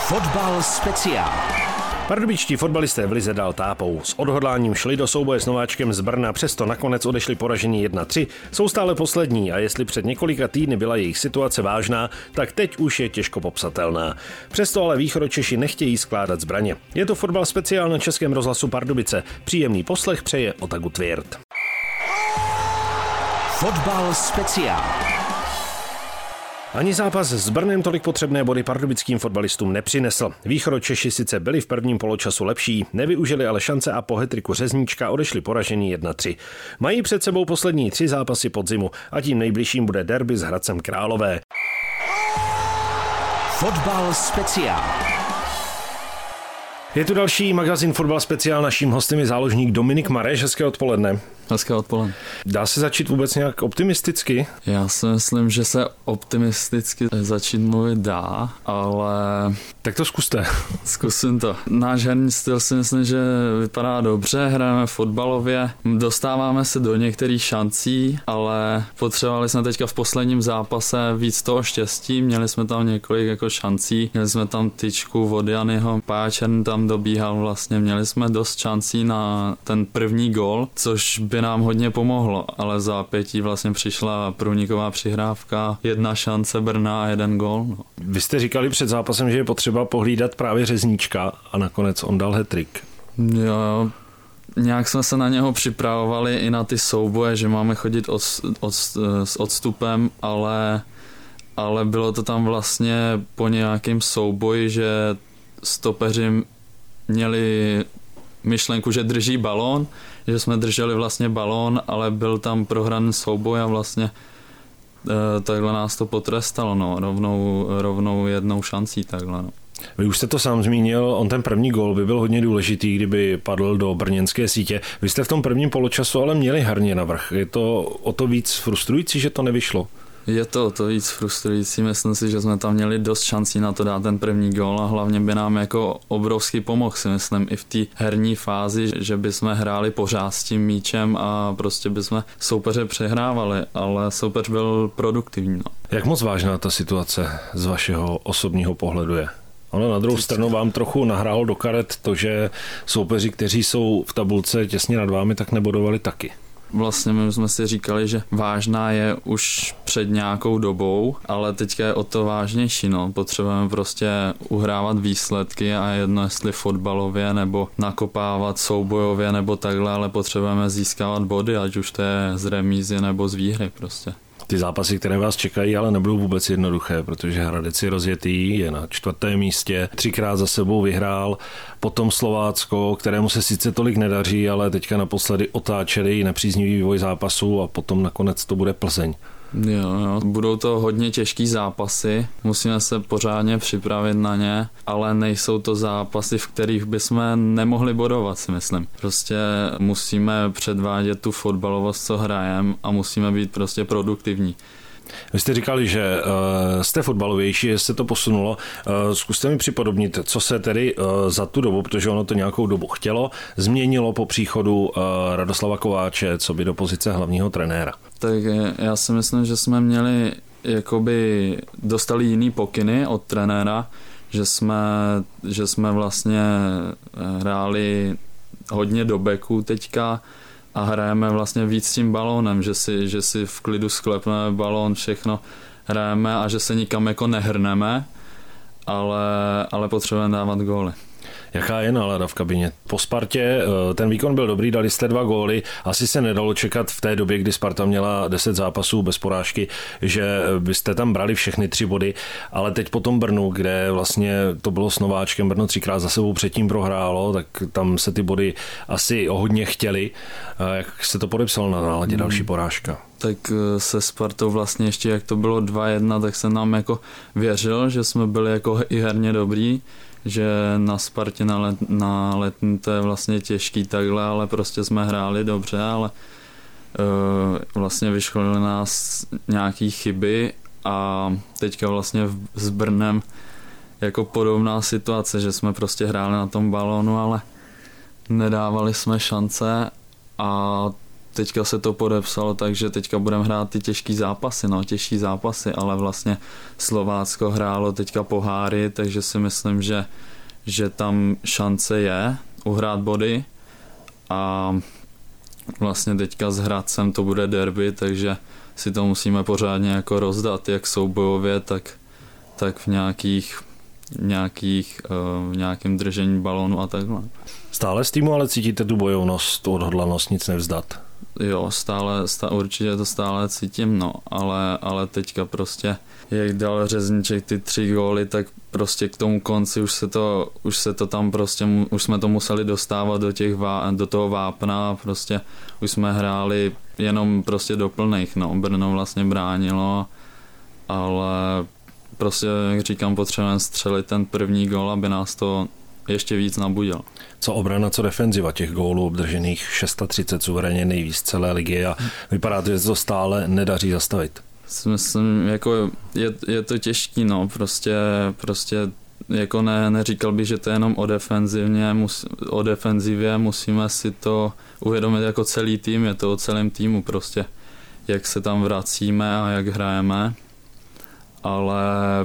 Fotbal speciál. Pardubičtí fotbalisté v lize dál tápou. S odhodláním šli do souboje s nováčkem z Brna, přesto nakonec odešli poražení 1-3. Jsou stále poslední a jestli před několika týdny byla jejich situace vážná, tak teď už je těžko popsatelná. Přesto ale Východočeši nechtějí skládat zbraně. Je to Fotbal speciál na Českém rozhlasu Pardubice. Příjemný poslech přeje Otagu Tvěrt. Fotbal speciál. Ani zápas s Brnem tolik potřebné body pardubickým fotbalistům nepřinesl. Východočeši sice byli v prvním poločasu lepší, nevyužili ale šance a po hetriku Řezníčka odešli poražení 1-3. Mají před sebou poslední 3 zápasy podzimu a tím nejbližším bude derby s Hradcem Králové. Fotbal speciál. Je tu další magazín Fotbal speciál, naším hostem je záložník Dominik Mareš. Hezké odpoledne. Hezké odpoledne. Dá se začít vůbec nějak optimisticky? Já si myslím, že se optimisticky začít mluvit dá, ale... Tak to zkuste. Zkusím to. Náš herní styl si myslím, že vypadá dobře, hrajeme fotbalově, dostáváme se do některých šancí, ale potřebovali jsme teďka v posledním zápase víc toho štěstí, měli jsme tam několik jako šancí, měli jsme tam tyčku od Janyho, Páčern tam dobíhal vlastně, měli jsme dost šancí na ten první gól, což by nám hodně pomohlo, ale v zápětí vlastně přišla průniková přihrávka, 1 šance Brna a 1 gól. No. Vy jste říkali před zápasem, že je potřeba pohlídat právě Řezníčka a nakonec on dal hat-trick. Jo, nějak jsme se na něho připravovali i na ty souboje, že máme chodit s odstupem, ale bylo to tam vlastně po nějakém souboji, že stopeři měli myšlenku, že drží balón, že jsme drželi vlastně balón, ale byl tam prohraný souboj a vlastně takhle nás to potrestalo, no, rovnou 1 šancí takhle, no. Vy už jste to sám zmínil, on ten první gól by byl hodně důležitý, kdyby padl do brněnské sítě. Vy jste v tom prvním poločasu ale měli herně navrch. Je to o to víc frustrující, že to nevyšlo? Je to víc frustrující, myslím si, že jsme tam měli dost šancí na to dát ten první gól a hlavně by nám jako obrovský pomohl, si myslím, i v té herní fázi, že bychom hráli pořád s tím míčem a prostě bychom soupeře přehrávali, ale soupeř byl produktivní. No. Jak moc vážná ta situace z vašeho osobního pohledu je? Ono na druhou stranu vám trochu nahrálo do karet to, že soupeři, kteří jsou v tabulce těsně nad vámi, tak nebodovali taky. Vlastně my jsme si říkali, že vážná je už před nějakou dobou, ale teďka je o to vážnější. No. Potřebujeme prostě uhrávat výsledky a jedno jestli fotbalově nebo nakopávat soubojově nebo takhle, ale potřebujeme získávat body, ať už to je z remízy nebo z výhry prostě. Ty zápasy, které vás čekají, ale nebudou vůbec jednoduché, protože Hradec je rozjetý, je na 4. místě, 3krát za sebou vyhrál, potom Slovácko, kterému se sice tolik nedaří, ale teďka naposledy otáčeli nepříznivý vývoj zápasu a potom nakonec to bude Plzeň. Jo, budou to hodně těžký zápasy, musíme se pořádně připravit na ně, ale nejsou to zápasy, v kterých bychom nemohli bodovat, si myslím. Prostě musíme předvádět tu fotbalovost, co hrajeme a musíme být prostě produktivní. Vy jste říkali, že jste fotbalovější, že se to posunulo. Zkuste mi připodobnit, co se tedy za tu dobu, protože ono to nějakou dobu chtělo, změnilo po příchodu Radoslava Kováče, co by do pozice hlavního trenéra. Tak já si myslím, že jsme dostali jiný pokyny od trenéra, že jsme vlastně hráli hodně do beku teďka a hrajeme vlastně víc s tím balónem, že si v klidu sklepneme balón, všechno hrajeme a že se nikam jako nehrneme, ale potřebujeme dávat góly. Jaká je nálada v kabině? Po Spartě ten výkon byl dobrý, dali jste 2 góly, asi se nedalo čekat v té době, kdy Sparta měla 10 zápasů bez porážky, že byste tam brali všechny 3 body, ale teď po tom Brnu, kde vlastně to bylo s nováčkem, Brno 3krát za sebou předtím prohrálo, tak tam se ty body asi o hodně chtěli. Jak se to podepsalo na náladě další porážka? Tak se Spartou vlastně ještě jak to bylo 2-1, tak jsem nám jako věřil, že jsme byli jako i herně dobrý, že na Spartě na Letní to je vlastně těžký takhle, ale prostě jsme hráli dobře, ale vlastně vyškolili nás nějaký chyby a teďka vlastně s Brnem jako podobná situace, že jsme prostě hráli na tom balónu, ale nedávali jsme šance a teďka se to podepsalo, takže teďka budeme hrát ty těžší zápasy, ale vlastně Slovácko hrálo teďka poháry, takže si myslím, že tam šance je uhrát body a vlastně teďka s Hradcem to bude derby, takže si to musíme pořádně jako rozdat, jak soubojově, tak v nějakým držení balónu a takhle. Stále z týmu ale cítíte tu bojovnost, tu odhodlanost nic nevzdat? Jo, určitě to stále cítím, no, ale teďka prostě, jak dal Řezníček ty 3 góly, tak prostě k tomu konci už se to tam prostě, už jsme to museli dostávat do toho vápna, prostě už jsme hráli jenom prostě do plných, no, Brno vlastně bránilo, ale prostě, jak říkám, potřebujeme střelit ten první gól, aby nás to ještě víc nabudil. Co obrana, co defenziva, těch gólů obdržených 630 suverénně nejvíc celé ligy a vypadá to, že se to stále nedaří zastavit. Myslím, jako je to těžký, no, prostě jako neříkal bych, že to je jenom o defenzivě, musíme si to uvědomit jako celý tým, je to o celém týmu prostě, jak se tam vracíme a jak hrajeme, ale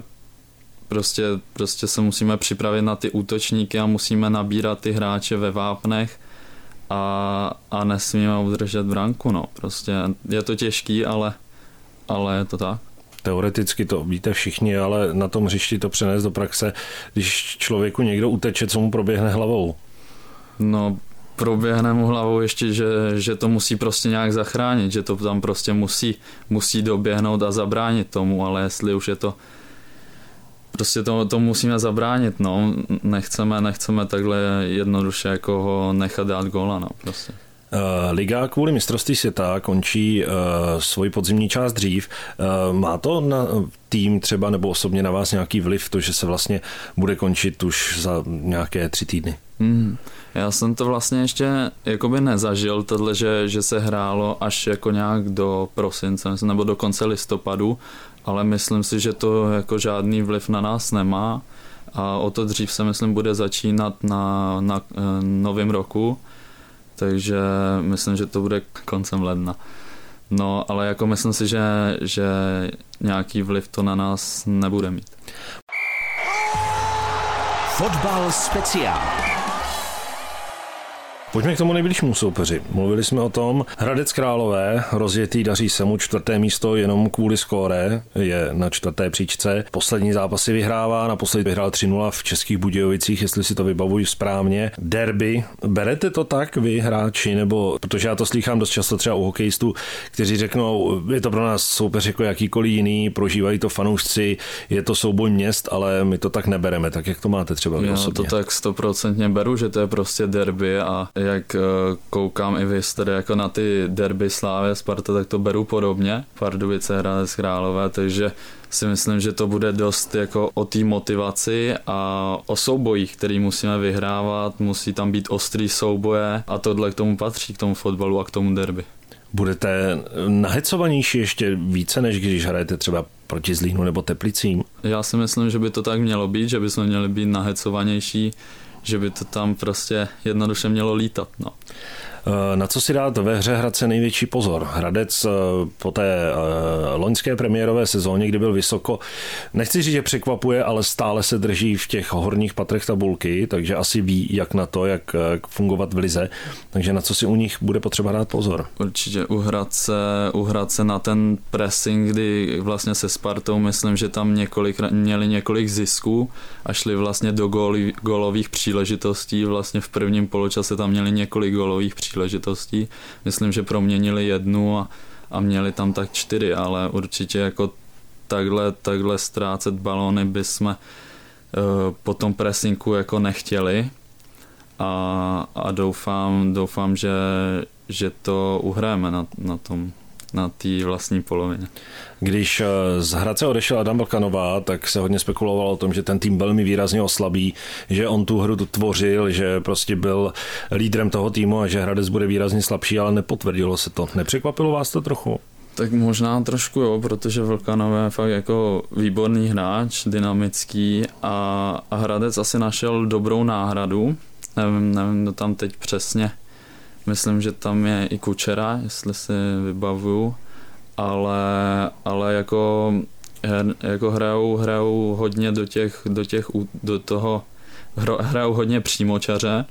prostě se musíme připravit na ty útočníky a musíme nabírat ty hráče ve vápnech a nesmíme udržet branku, no, prostě je to těžký, ale je to tak. Teoreticky to víte všichni, ale na tom hřišti to přenést do praxe, když člověku někdo uteče, co mu proběhne hlavou? No, proběhne mu hlavou ještě, že to musí prostě nějak zachránit, že to tam prostě musí doběhnout a zabránit tomu, ale jestli už je to prostě to musíme zabránit, no. Nechceme takhle jednoduše jako ho nechat dát góla, no, prostě. Liga kvůli mistrovství světa končí svoji podzimní část dřív. Má to na tým třeba nebo osobně na vás nějaký vliv, to, že se vlastně bude končit už za nějaké 3 týdny? Já jsem to vlastně ještě jakoby nezažil, tohle, že se hrálo až jako nějak do prosince nebo do konce listopadu, ale myslím si, že to jako žádný vliv na nás nemá a o to dřív se myslím bude začínat na novém roku, takže myslím, že to bude koncem ledna. No, ale jako myslím si, že nějaký vliv to na nás nebude mít. Fotbal speciál. Pojďme k tomu nejbližšímu soupeři. Mluvili jsme o tom, Hradec Králové, rozjetý, daří se mu 4. místo jenom kvůli skóre, je na 4. příčce. Poslední zápasy vyhrává, naposledy vyhrál 3-0 v Českých Budějovicích, jestli si to vybavuji správně. Derby, berete to tak vy, hráči, nebo, protože já to slýchám dost často třeba u hokejistů, kteří řeknou, je to pro nás soupeř jako jakýkoliv jiný, prožívají to fanoušci, je to souboj měst, ale my to tak nebereme, tak jak to máte třeba vy osobně? Já to tak 100% beru, že to je prostě derby a jak koukám i vy jste jako na ty derby Slávy Sparta, tak to beru podobně. Pardubice, Hradec Králové, takže si myslím, že to bude dost jako o té motivaci a o soubojích, který musíme vyhrávat, musí tam být ostrý souboje a tohle k tomu patří, k tomu fotbalu a k tomu derby. Budete nahecovanější ještě více, než když hrajete třeba proti Zlínu nebo Teplicím? Já si myslím, že by to tak mělo být, že bychom měli být nahecovanější, že by to tam prostě jednoduše mělo lítat. No. Na co si dát ve hře Hradce největší pozor? Hradec po té loňské premiérové sezóně, kdy byl vysoko, nechci říct, že překvapuje, ale stále se drží v těch horních patrech tabulky, takže asi ví, jak na to, jak fungovat v lize. Takže na co si u nich bude potřeba dát pozor? Určitě u Hradce na ten pressing, kdy vlastně se Spartou, myslím, že tam měli několik zisků a šli vlastně do gólových příležitostí. Vlastně v prvním poločase tam měli několik gólových příležitostí. Myslím, že proměnili 1 a měli tam tak 4, ale určitě jako takhle ztrácet balóny bychom po tom pressingu jako nechtěli a doufám, že to uhrajeme na té vlastní polovině. Když z Hradce odešel Adam Balkanová, tak se hodně spekulovalo o tom, že ten tým velmi výrazně oslabí, že on tu hru tvořil, že prostě byl lídrem toho týmu a že Hradec bude výrazně slabší, ale nepotvrdilo se to. Nepřekvapilo vás to trochu? Tak možná trošku jo, protože Vlkanové je fakt jako výborný hráč, dynamický a Hradec asi našel dobrou náhradu. Nevím, kdo tam teď přesně. Myslím, že tam je i Kučera, jestli si vybavuju, ale jako hrajou hodně hrajou hodně přímočaře,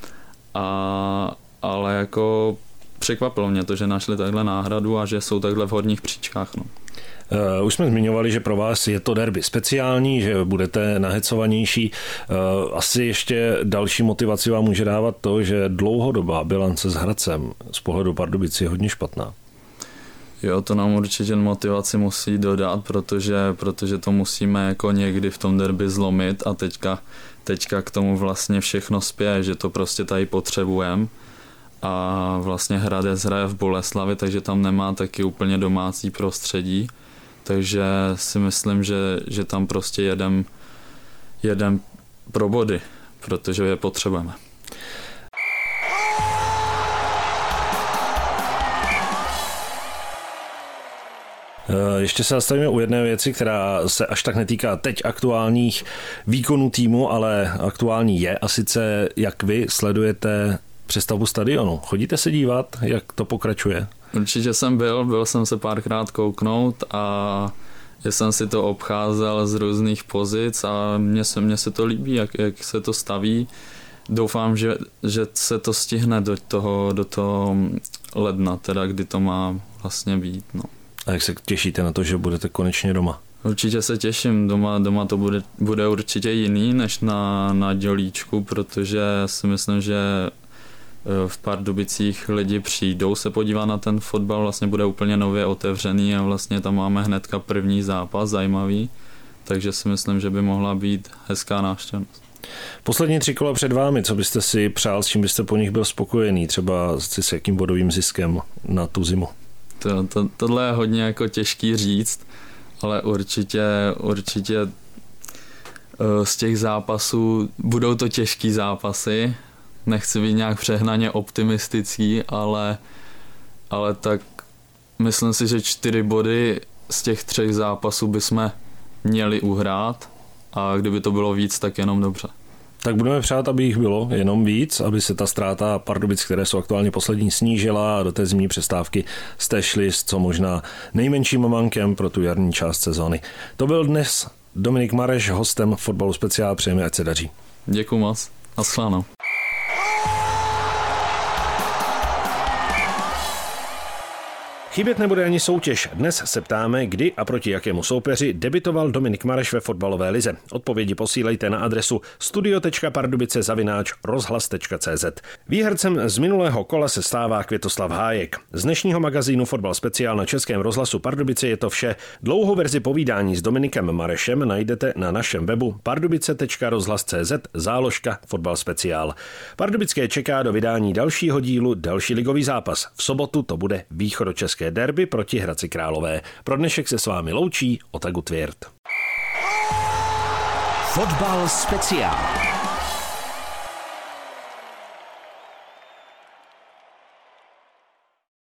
ale jako překvapilo mě to, že našli takhle náhradu a že jsou takhle v horních příčkách. No. Už jsme zmiňovali, že pro vás je to derby speciální, že budete nahecovanější. Asi ještě další motivaci vám může dávat to, že dlouhodobá bilance s Hradcem z pohledu Pardubic je hodně špatná. Jo, to nám určitě motivaci musí dodat, protože to musíme jako někdy v tom derby zlomit a teďka k tomu vlastně všechno spěje, že to prostě tady potřebujeme. A vlastně Hradec hraje v Boleslavi, takže tam nemá taky úplně domácí prostředí. Takže si myslím, že tam prostě jedem pro body, protože je potřebujeme. Ještě se zastavíme u jedné věci, která se až tak netýká teď aktuálních výkonů týmu, ale aktuální je, a sice jak vy sledujete přestavbu stadionu. Chodíte se dívat, jak to pokračuje? Určitě jsem byl jsem se párkrát kouknout a jsem si to obcházel z různých pozic a mně se to líbí, jak se to staví. Doufám, že se to stihne do toho ledna, teda kdy to má vlastně být. No. A jak se těšíte na to, že budete konečně doma? Určitě se těším, doma to bude určitě jiný než na Dělíčku, protože si myslím, že v Pardubicích lidi přijdou se podívat na ten fotbal, vlastně bude úplně nově otevřený a vlastně tam máme hnedka první zápas, zajímavý, takže si myslím, že by mohla být hezká návštěvnost. Poslední 3 kola před vámi, co byste si přál, s čím byste po nich byl spokojený, třeba s jakým bodovým ziskem na tu zimu? Tohle je hodně jako těžký říct, ale určitě z těch zápasů budou to těžký zápasy. Nechci být nějak přehnaně optimistický, ale tak myslím si, že 4 body z těch 3 zápasů bychom měli uhrát a kdyby to bylo víc, tak jenom dobře. Tak budeme přát, aby jich bylo jenom víc, aby se ta ztráta Pardubic, které jsou aktuálně poslední, snížila a do té zimní přestávky jste šli s co možná nejmenším mankem pro tu jarní část sezóny. To byl dnes Dominik Mareš, hostem Fotbalu speciál, přejeme, ať se daří. Děkuju moc, naschledanou. Chybět nebude ani soutěž. Dnes se ptáme, kdy a proti jakému soupeři debitoval Dominik Mareš ve fotbalové lize. Odpovědi posílejte na adresu studio.pardubice@rozhlas.cz. Výhercem z minulého kola se stává Květoslav Hájek. Z dnešního magazínu Fotbal speciál na Českém rozhlasu Pardubice je to vše. Dlouhou verzi povídání s Dominikem Marešem najdete na našem webu pardubice.rozhlas.cz záložka Fotbal speciál. Pardubické čeká do vydání dalšího dílu další ligový zápas. V sobotu to bude východočeské derby proti Hradci Králové. Pro dnešek se s vámi loučí Ota Gutwirth. Fotbal speciál.